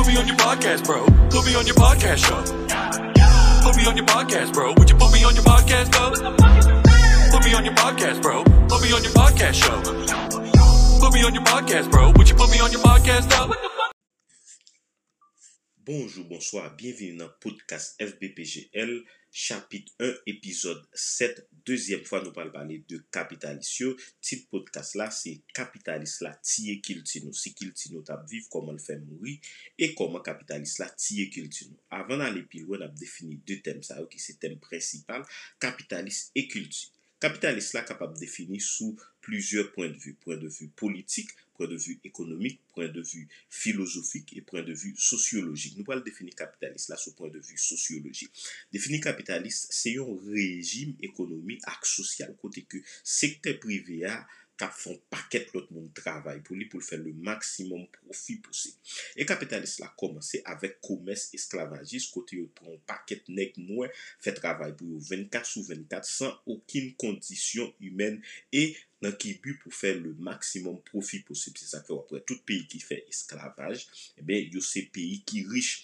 me on your podcast, bro. Put me on your podcast show. Put me on your podcast, bro. Would you put me on your podcast, though? Put me on your podcast, bro. Put me on your podcast show. Put me on your podcast, bro. Would you put me on your podcast, though? Bonjour, bonsoir, bienvenue dans le podcast FBPGL, chapitre 1, épisode 7. Deuxième fois, nous allons parler de capitalisme. Titre podcast là, c'est capitaliste là, tiye kiltino. Si kiltino tap vive, comment le faire mourir, et comment capitaliste là, tiye kiltino. Avant d'aller plus loin, on a défini deux thèmes, ça, qui c'est thème principal, capitaliste et culture. Capitaliste là, capable de définir sous plusieurs points de vue politique, point de vue économique, point de vue philosophique et point de vue sociologique. Nous allons définir capitaliste là sous point de vue sociologique. Définir capitaliste, c'est un régime économique et social côté que secteur privé a cap font paquet l'autre monde travail pour lui pour faire le maximum profit possible. Et capitaliste là commencé avec commerce esclavagiste côté il prend paquet nèg moins fait travail pour 24/24 sans aucune condition humaine et dans qui but pour faire le maximum profit possible. C'est ça que après tout pays qui fait esclavage, eh bien il y a ces pays qui riches.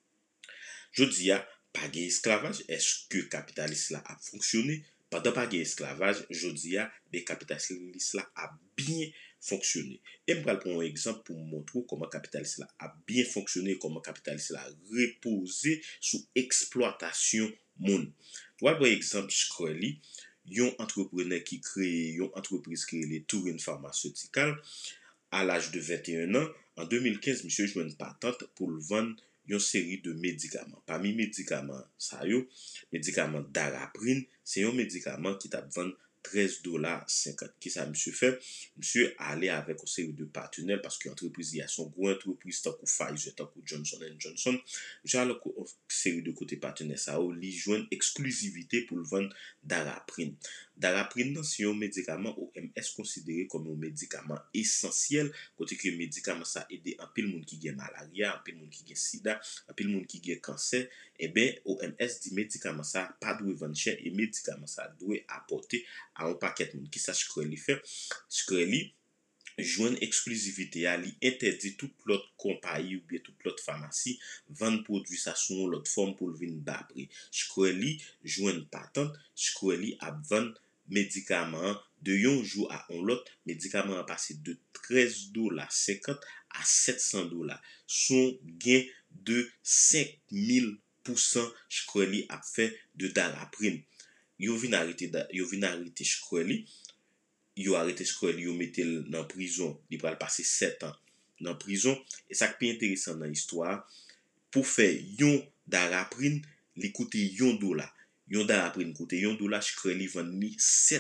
Je dis pas de esclavage, est-ce que capitaliste là a fonctionné? Pendant pas de esclavage, je dis des capitalistes là a bien fonctionné. Et je vais prendre un exemple pour montrer comment capitaliste là a bien fonctionné, comment capitaliste là a reposé sous exploitation monde. Voilà par exemple Shkreli, un entrepreneur qui crée une entreprise qui est les Tourine Pharmaceutical à l'âge de 21 ans. En 2015, monsieur joue une patente pour le vendre une série de médicaments. Parmi les médicaments, ça yo, médicament Daraprine, c'est un médicament qui t'a vendu $13.50. Qui ça monsieur fait? Monsieur allé avec une série de partenaires parce que l'entreprise y a son gros entreprise tant que Pfizer, tant que Johnson & Johnson. Monsieur allé une série de côté partenaires ça li joindre exclusivité pour le vendre Daraprine. Daraprine c'est un médicament OMS considéré comme un médicament essentiel côté que médicament ça aide un pile monde qui gagne malaria, un pile monde qui gagne sida, un pile monde qui gagne cancer. Et bien OMS dit médicament ça pas doit vendre cher et médicament ça doit apporter à un paquet de monde qui sache que li fait Shkreli joindre exclusivité à li interdit toute l'autre compagnie ou bien toute l'autre pharmacie vendre produit ça sous l'autre forme pour le vinn bas prix. Shkreli joindre patente, Shkreli a vendre médicament de un jour à un l'autre médicament a passé de $13.50 à $700. Son gain de 5000% Shkreli a fait de Daraprine. Yo vinn arrêter Shkreli, yo arrêté Shkreli, yo mettel dans prison, il va passer 7 ans dans prison et ça qui est intéressant dans l'histoire pour faire yon Daraprine, li coûte $1. Yon Daraprine coûte $1, Shkreli vend ni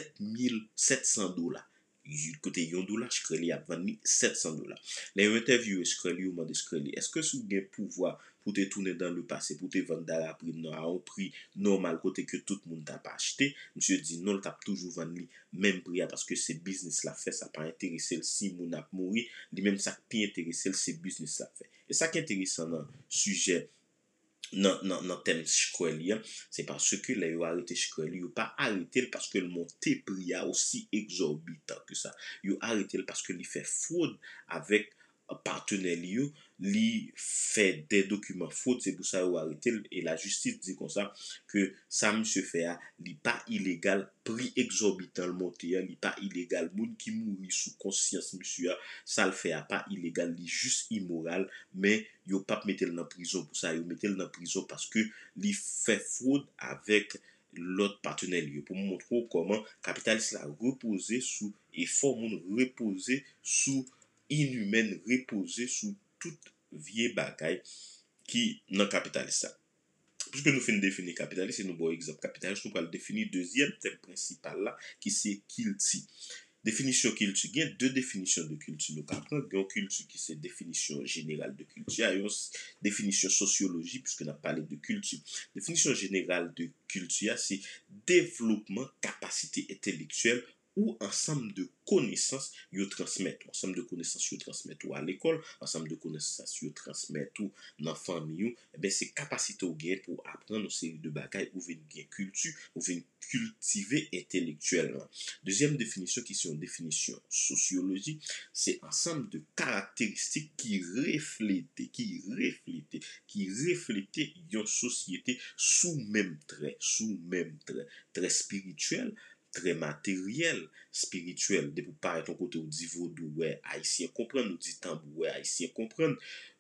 $7,700. Il coûte $1, Shkreli a vendu $700. Les interviews Shkreli ou demandé Shkreli, est-ce que vous avez pouvoir pour te tourner dans le passé, pour te vendre Daraprine à un prix normal côté que tout le monde t'a pas acheté? Monsieur dit non, t'a toujours vendu même prix parce que c'est business la fait, ça pas intéressé si moun a mouri, lui même ça qui intéressé c'est business la fait. Et ça qui est intéressant dans sujet non thème Shkreli, c'est parce que là, yo arrêté Shkreli, yo pas arrêté parce que le monté prix a aussi exorbitant que ça. Yo arrêté parce que il fait fraude avec partenaire yo, li fait des documents fraude, c'est pour ça yo arrêté et la justice dit comme ça que ça monsieur fait li pas illégal, prix exorbitant le monté, li pas illégal, moun qui mouri sous conscience monsieur ça le fait pas illégal, li juste immoral, mais yo pas mettre dans prison pour ça, yo mettre dans prison parce que li fait fraude avec l'autre partenaire pour montrer comment capitaliste la reposer sous effort moun reposer sous inhumaine reposer sous toute vieille bagaille qui dans capitaliste ça. Puisque nous finissons de définir capitaliste, et nous bon exemple capitaliste, nous allons définir deuxième thème principal là qui c'est kilti. Définition culture, il y a deux définitions de culture. Nous apprenons une culture qui c'est définition générale de culture, il y a une définition sociologique puisque nous avons parlé de culture. Définition générale de culture, c'est développement capacité intellectuelle ou ensemble de connaissances yo transmettre, ensemble de connaissances yo transmettre ou à l'école, ensemble de connaissances yo transmettre ou dans famille ou, eh ben c'est capacité ou gain pour apprendre une série de bagages ou venir gain culture ou venir cultiver intellectuellement. Deuxième définition qui c'est une définition sociologique, c'est ensemble de caractéristiques qui reflètent une société sous même trait, très spirituel, très matériel, spirituel. De pour paraître ton côté, on dit vaudou, ouais, haïtien comprendre, on dit tambou, ouais, haïtien comprendre.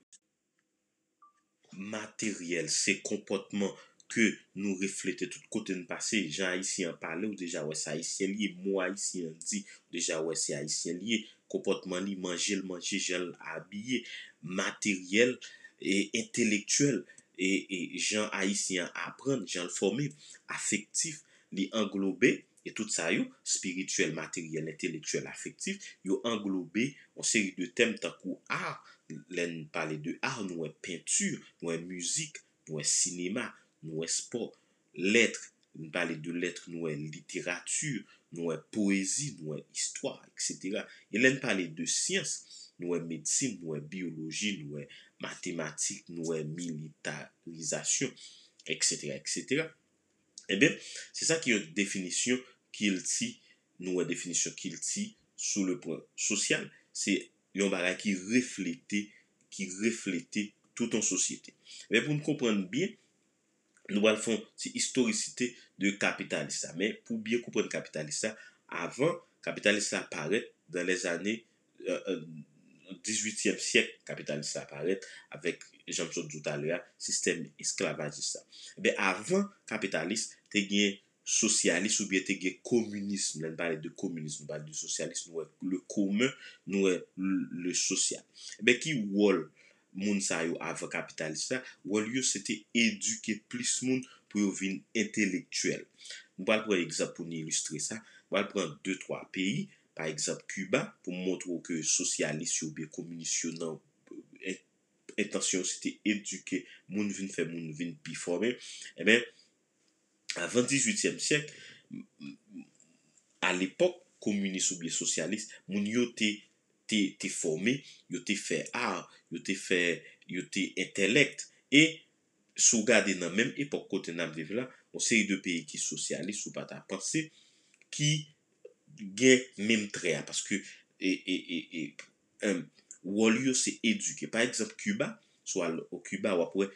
Matériel, c'est comportement que nous reflétons tout côté de passé. Jean haïtien parler ou déjà ouais c'est haïtien lié, moi haïtien dit déjà ouais c'est haïtien lié, comportement li manger, gel habillé, matériel et intellectuel et Jean haïtien apprendre, Jean le former, affectif, li englobé et tout ça yo, spirituel, matériel, intellectuel, affectif, yo englobé en série de thèmes tant que art. L'en parler de art, nous peinture, nous musique, nous cinéma, nous sport, lettres, nous parler de lettres, nous littérature, nous poésie, nous histoire, etc. Et l'en parler de science, nous médecine, nous biologie, nous mathématiques, nous militarisation, etc., etc. Eh bien, c'est ça qui est une définition qu'il tire, nous définition qu'il tire sous le point social, c'est un bagage qui reflétait toute en société. Mais pour nous comprendre bien, nous allons faire c'est historicité de capitalisme. Mais pour bien comprendre capitalisme, avant capitalisme apparaît dans les années 18e siècle, capitalisme apparaît avec Jean-Claude tout à l'heure, système esclavagiste. Mais avant capitalisme, tu as socialiste ou bien tu as communisme. On parle de communisme, on parle de socialisme, nous le commun, nous le social. Mais qui wol moun sa yo avant capitaliste, wol yo c'était éduquer plus moun pour yo vin intellectuel. Nous allons prendre exemple pour illustrer ça. On va prendre 2-3 pays, par exemple Cuba, pour montrer que socialiste ou bien communiste non intention c'était éduquer moun vin faire moun vin pi formé. Eh bien avant 18e siècle, à l'époque communiste ou bien socialiste, moun yo te formé, yo te fait art, yo te intellect et sous garder dans même époque côté n'a vivre là, on série de pays qui socialistes ou pas ta penser qui gain même trait parce que Wallio c'est éduqué. Par exemple Cuba, soit au Cuba ou après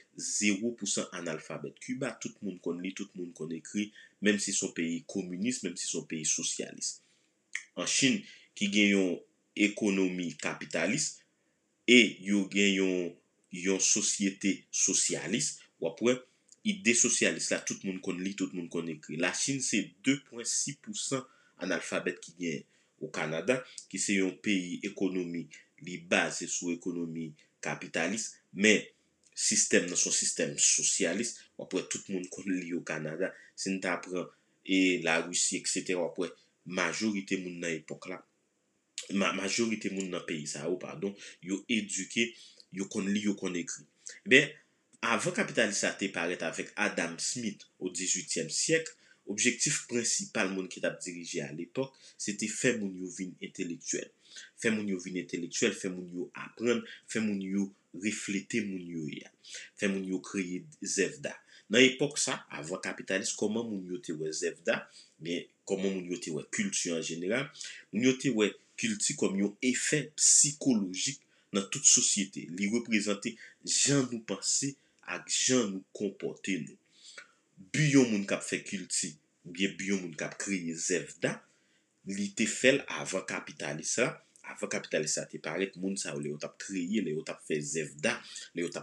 0% analphabète. Cuba tout le monde connaît, tout le monde connaît écrit, même si son pays communiste, même si son pays socialiste. En Chine qui gagne une économie capitaliste et yo gagne une société socialiste ou après idée socialiste là tout le monde connaît, tout le monde connaît écrit. La Chine c'est 2,6% analphabète qui gagne au Canada qui c'est un pays économie li base sur économie capitaliste mais système dans son système socialiste après tout le monde connaît au Canada si nous apprend et la Russie etc. après majorité moun dans époque là majorité moun dans pays ça pardon yo éduqué yo connaît yo connaît écrit ben avant capitaliste ça t'est paraît avec Adam Smith au 18e siècle. Objectif principal moun qui t'a dirigé à l'époque, c'était faire moun yo vin intellectuel. Faire moun yo vin intellectuel, faire moun yo apprendre, faire moun yo refléter moun yo ya. Faire moun yo créer zevda. Dans l'époque ça, avant capitaliste, comment moun yo te wè zevda, mais comment moun yo te wè culture en général, moun yo te wè culture comme un effet psychologique dans toute société. Li représenter jan nous penser ak jan nous comporter nous. Biyon moun kap fait culti, ou bien biyon moun kap créer zevda, li te fait avant capitaliste là, avant capitaliste te paraît moun sa ou le yo tap créer, le yo tap fait zevda, le yo tap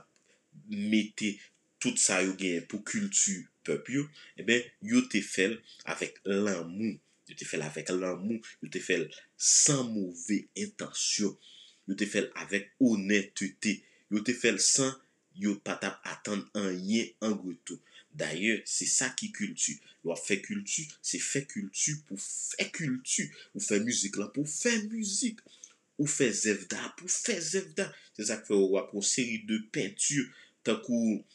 mette tout ça yo gen pour culture peuple yo, et ben yo te fait avec l'amour, yo te fait avec l'amour, yo te fait sans mauvaise intention, yo te fait avec honnêteté, yo te fait sans yo pas tap attendre rien en retour. D'ailleurs, c'est ça qui culture. Ou fait culture, c'est fait culture pour faire culture. Ou fait musique là pour faire musique. Ou fait zevda pour faire zevda. C'est ça que fait ou une série de peintures tant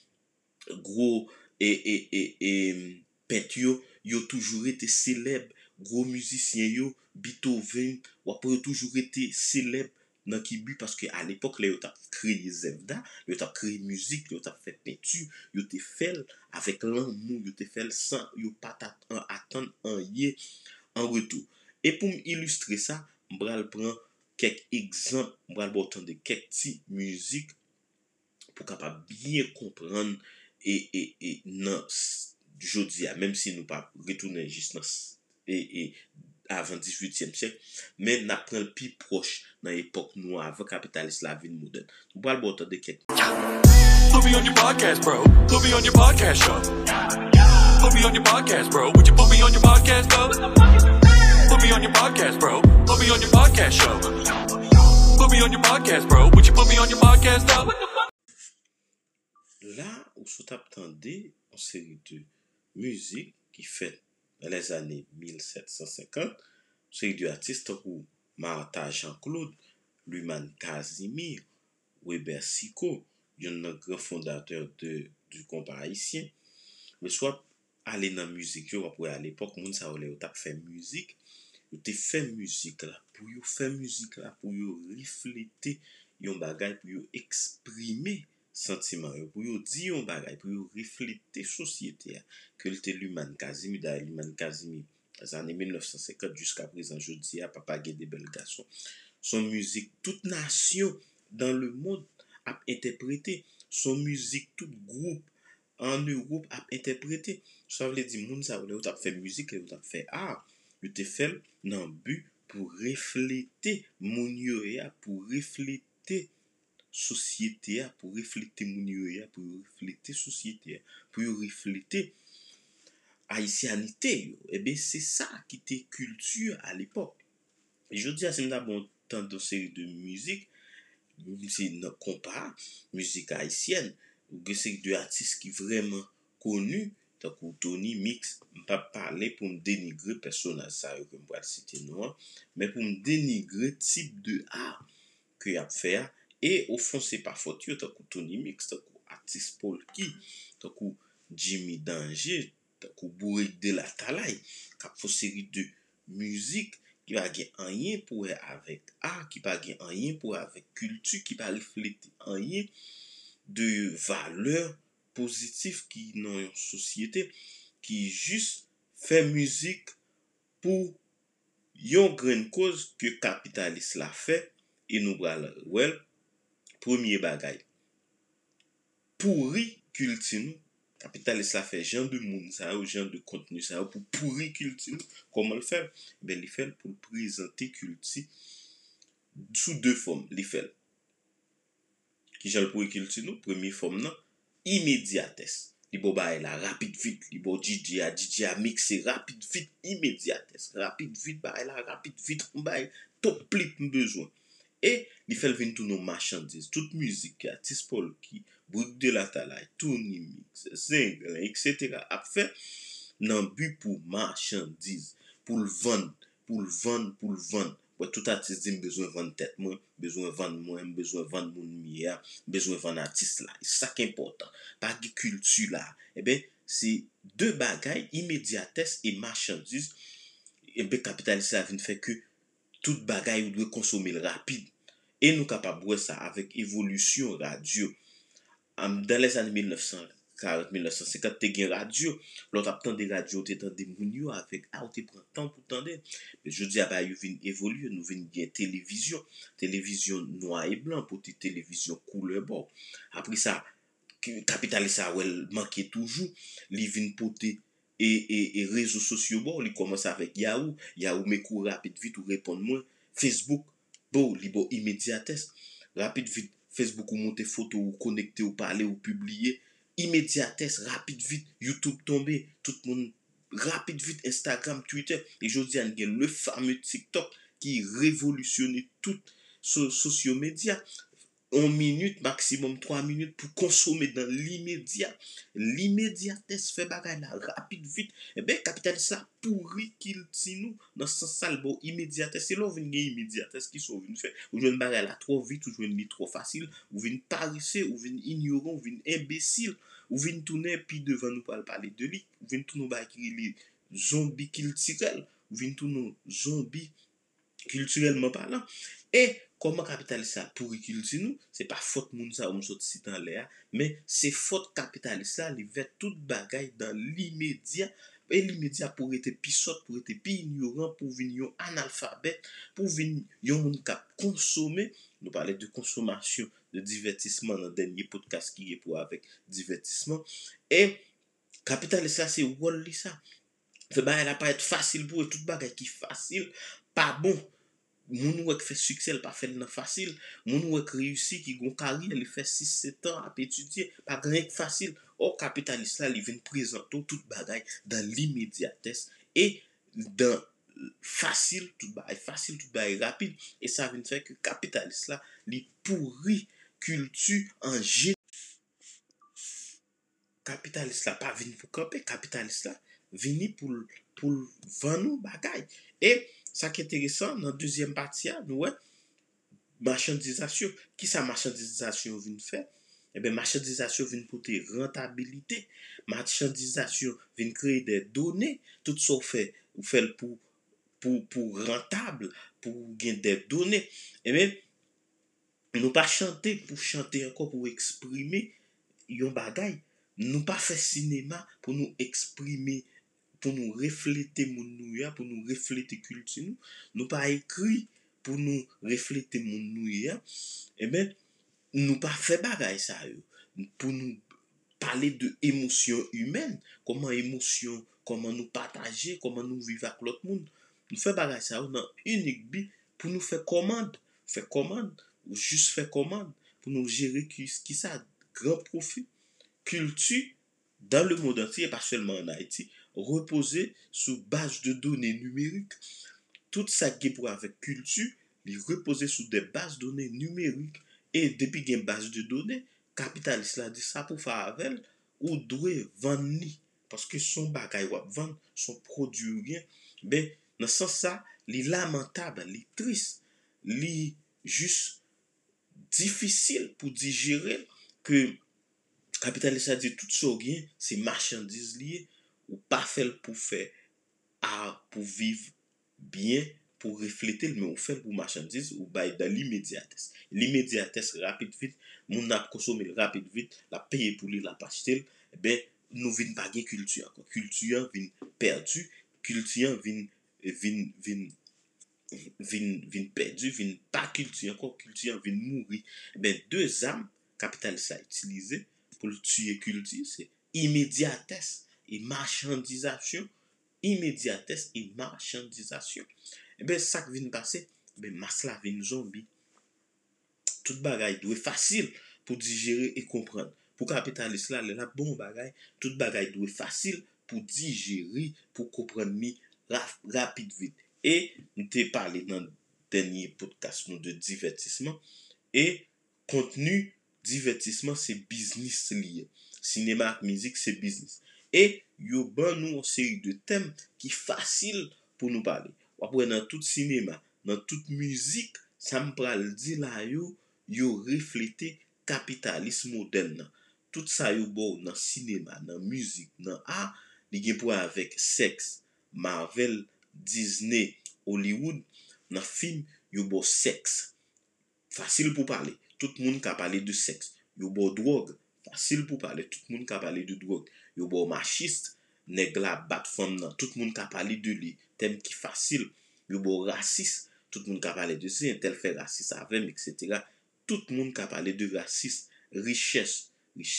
que gros et peinture yo toujours été célèbre gros musiciens yo, Beethoven, ou après toujours été célèbre dans qui but parce que à l'époque là yo t'a créé Zelda, yo t'a créé musique, yo t'a fait peinture, yo t'a fait avec l'amour, yo t'a fait sans yo pas attendre rien en retour. Et pour illustrer ça, m'bral prend quelques exemples, m'bral autant de quelques petites musiques pour capable bien comprendre et non jodi a même si nous pas retourner juste dans et avant 18e siècle mais n'a prend le plus proche dans l'époque noire avant capitaliste la vie moderne nous parle autant de quelques Put me on your podcast, bro. Put me on your podcast show. Put me on your podcast, bro. Would you put me on your podcast, though? Put me on your podcast, bro. Put me on your podcast show. Put me on your podcast, bro. Would you put me on your podcast, though? Là où sont attendez une série de musique qui fait dans les années 1750, une série d'artistes comme Martha Jean-Claude, Luman Casimir, Weber Sico, un grand fondateur du compas haïtien. Mais soit aller dans la musique, à l'époque, moun sa ou t'a fait musique, ou te fait musique là, pour yo faire musique là, pour yo refléter yon bagay, pour yo exprimer sentiment, pour yo di yon bagay, pour yo refléter société que le Luman Casimir, Luman Casimir, les années 1950 jusqu'à présent, je dis à Papa Gué des belles garçons. Son musique, toute nation dans le monde a interprété. Son musique, tout groupe en Europe a interprété. Ça veut dire, moun sa ou t'a fait musique, ou t'a fait art, ou te fait dans but pour refléter moun yo ya, pour refléter société, pour refléter moun yo ya, pour refléter société, pour refléter haïtianité. Et bien, c'est ça qui était culture à l'époque. Et je dis à ce moment tant de séries de musique, c'est notre compas, musique haïtienne, ou que c'est deux artistes qui vraiment connus, tant que Tony Mix, pas parler pour me dénigrer personnage ça que me pas citer non, mais pour me dénigrer type de art que y a fait et au fond c'est pas faute tant que Tony Mix, tant que artiste Paul Ki, tant que Jimmy Danger, tant que Bourrique de la Talaye, qui a fait série de musique qui va gagner rien pour avec art, qui va gagner rien pour avec culture, qui va refléter rien de valeurs positives qui dans une société qui juste fait musique pour yon grande cause que capitaliste l'a fait et nous bral well premier bagay pourri culture nous capitaliste l'a fait genre de monde ça ou genre de contenu ça pour pourri culture comment le faire ben il fait pour présenter culture sous deux formes il fait qui j'ai le pourri culture nous première forme non immédiatesse li bo bay la rapide vite li bo DJ a mixer rapide vite immédiatesse rapide vite bay la rapide vite on bay top clip besoin et li fait venir tout nos marchandises toute musique artiste Paul Ki Bourrique de la Talaye Tony Mix Zingle etc. a fait nan but pour marchandise pour le vendre tout artiste dit besoin vendre tête moi besoin vendre moi besoin vendre mon mia besoin vendre artiste là c'est ça qui est important pas de culture là et ben c'est deux bagailles immédiatesse et marchandise et ben capitaliste ça vient faire que toute bagaille ou doit consommer rapide et nous capable voir ça avec évolution radio dans les années 1940 1950 te gen radio l'autre temps des radios te tande moun yo avec te prend temps pour tande mais je dis bah yo vinn évoluer nous vinn bien télévision noir et blanc pour télévision couleur bon après ça capitaliste ça ouais manquait toujours li vinn porter et réseaux sociaux bon li commence avec Yahoo mais court rapide vite ou répondre moins Facebook bon li bon immédiatesse rapide vite Facebook ou monter photo ou connecter ou parler ou publier immédiatesse rapide vite YouTube tombé tout le monde rapide vite Instagram Twitter et je dis an gen le fameux TikTok qui révolutionne tout social média 1 minute maximum 3 minutes pour consommer dans l'immédiatesse fait bagay la rapide vite et ben capitaliste ça pourri qu'il ti nous dans ce sens bon immédiatesse c'est là vinn gen immédiatesse qui sont vinn faire ou joine bagay la trop vite ou joine li trop facile ou vinn paresseux ou vinn ignorant ou vinn imbécile ou vinn tourner puis devant nous parler de lui ou vinn tout nous bagay li zombie qu'il tirel vin tout nos zombies culturellement parlant. Et comment capitaliste ça pourri culture nous, c'est pas faute moun ça ou sorti si dans l'air, mais c'est faute capitaliste ça, il fait toute bagaille dans l'immédiat. Et l'immédiat pour être pisote, pour être plus ignorant, pour venir analphabète, pour venir yon moun k'ap consommer. Nous parlons de consommation, de divertissement dans le dernier podcast qui est pour avec divertissement. Et capitaliste ça, c'est rôle ça. Ce bagay la pas être facile pour eux, tout bagay qui facile, pas bon. Moun wè qui fait succès, il pas fait nan facile. Moun wè qui réussit, qui gon carrière, il fait 6-7 ans à étudier, pas rien que facile. Au capitaliste là, il vient présenter tout bagay dans l'immédiatesse et dans facile tout bagay rapide, et ça vient faire que capitaliste là, il pourrit culture en général. Capitaliste là pas venu pour camper, capitaliste là venu pour vendre nous bagay. Et ça qui est intéressant dans deuxième partie nous ouais, marchandisation. Qui ça marchandisation vient faire? Eh bien marchandisation vient porter rentabilité, marchandisation vient créer des données, tout ça fait ou fait pour rentable, pour gagner des données. Eh bien nous pas chanter pour chanter encore, pour exprimer yon bagay. Nous pas faire cinéma pour nous exprimer, pour nous refléter moun nou ya, pour nous refléter culture nous. Nous pas écrit pour nous refléter moun nou ya. Eh ben nous pas faire bagay ça yo. Pour nous parler de émotion humaine, comment émotion, comment nous partager, comment nous vivre avec l'autre monde. Nous fait bagay ça dans unique but pour nous faire commande, ou juste faire commande pour nous gérer qui ça grand profit. Culture dans le monde entier, pas seulement en Haïti, reposer sur base de données numériques. Tout ça qui est pour avec culture, il reposer sur des bases de données numériques. Et depuis qu'il y a une base de données, capitaliste là dit ça pour faire avec, ou doit vendre, parce que son bagay ou vendre, son produit rien, ben dans ce sens ça, il est lamentable, il est triste, il est juste difficile pour digérer que capitaliste a dit tout ça gain c'est marchandise lié ou pas fait pour faire pour vivre bien, pour refléter, mais on fait pour marchandise ou bail dans l'immédiatesse rapide vite, moun a consommer rapide vite, la payer pour lui, la pas acheter, eh ben nous vinn pas gain culture encore, culture vinn perdu, culture vinn perdu, vinn pas culture encore, culture vinn mourir. Eh ben deux armes capitaliste a utilisé pour tuer culture, c'est immédiatesse et marchandisation. Immédiatesse et marchandisation. Et bien, ça qui vient passer, ben masse la vient zombie. Tout bagay doit facile pour digérer et comprendre. Pour capitaliste là, la bon bagay, tout bagay doit facile pour digérer, pour comprendre rapide vite. Et nous t'ai parlé dans le dernier podcast de divertissement, et contenu divertissement c'est business lié. Cinéma, musique c'est business. Et yo ban nous une série de thèmes qui facile pour nous parler. Après dans tout cinéma, dans toute musique, ça me pral di là yo refléter capitalisme moderne. Tout ça yo bon dans cinéma, dans musique, dans art, li gen pour avec sexe, Marvel, Disney, Hollywood, dans film yo bon sexe. Facile pour parler. Tout le monde ka parler de sexe. Yo bon drogue. Facile pour parler, tout le monde qui a parlé de drogue. Yo bon machiste, nèg la bat femme nan, tout le monde qui a parlé de lui, thème qui facile. Yo bon raciste, tout le monde qui a parlé de ça, un tel fait raciste avec, etc. Tout le monde qui a parlé de racisme, richesse,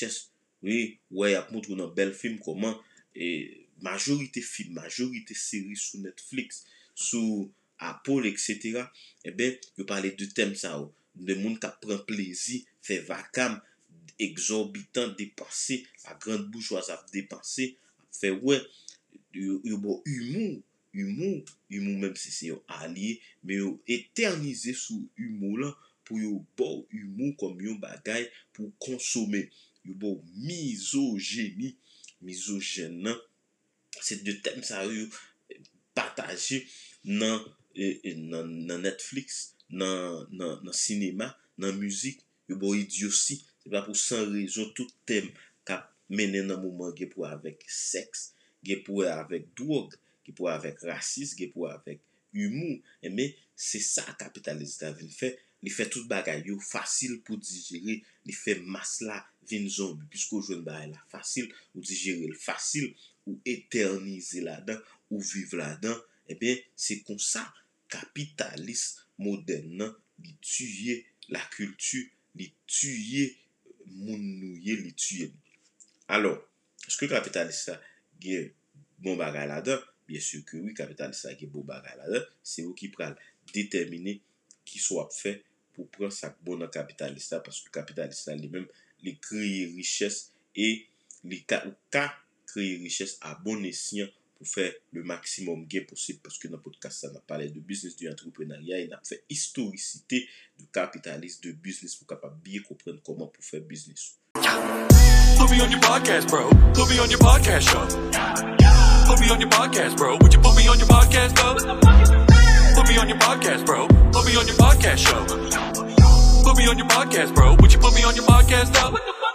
oui, ouais, y a montré dans bel film comment majorité film, majorité série sur Netflix, sur Apple, etc. Eh ben, yo parler de thème ça, de monde qui prend plaisir, fait vacarme, exorbitant, dépassé, la grande bourgeoisie a dépassé, fait ouais, yo bon humour même si c'est un allié, mais yo éternisé sous humour là, pour yo bon humour comme yon bagay pour consommer. Yo bon misogynie, misogyne, c'est de thèmes ça yo partagé dans Netflix, dans cinéma, dans musique, yo bon idiotie. C'est pas pour sans raison tout thème qu'a mené dans moment qui pour avec sexe, qui pour avec drogue, qui pour avec racisme, qui pour avec humour. Mais c'est ça capitaliste vient faire. Il fait tout bagay yo facile pour digérer, il fait masse là vin zombie puisque jeune bagay là facile ou digérer, facile ou éterniser là-dedans ou vivre là-dedans. C'est comme ça capitaliste moderne li tuer la culture, li tuer moun nouye, li tuer. Alors, est-ce que capitaliste a bon bagay là-dedans? Bien sûr que oui, capitaliste a bon bagay là-dedans. C'est vous qui pral déterminer qui soit fait pour prendre ça bon dans capitaliste parce que capitaliste lui-même il crée richesse et il créer richesse à bon escient pour faire le maximum gain possible parce que dans le podcast ça n'a parlé de business, de entrepreneuriat, il a fait historicité de capitaliste, de business pour capable bien comprendre comment pour faire business. Put me on your podcast, bro. Put me on your podcast show. Put me on your podcast, bro. Would you put me on your podcast, though? Put me on your podcast, bro. Put me on your podcast show. Put me on your podcast, bro. Would you put me on your podcast, though?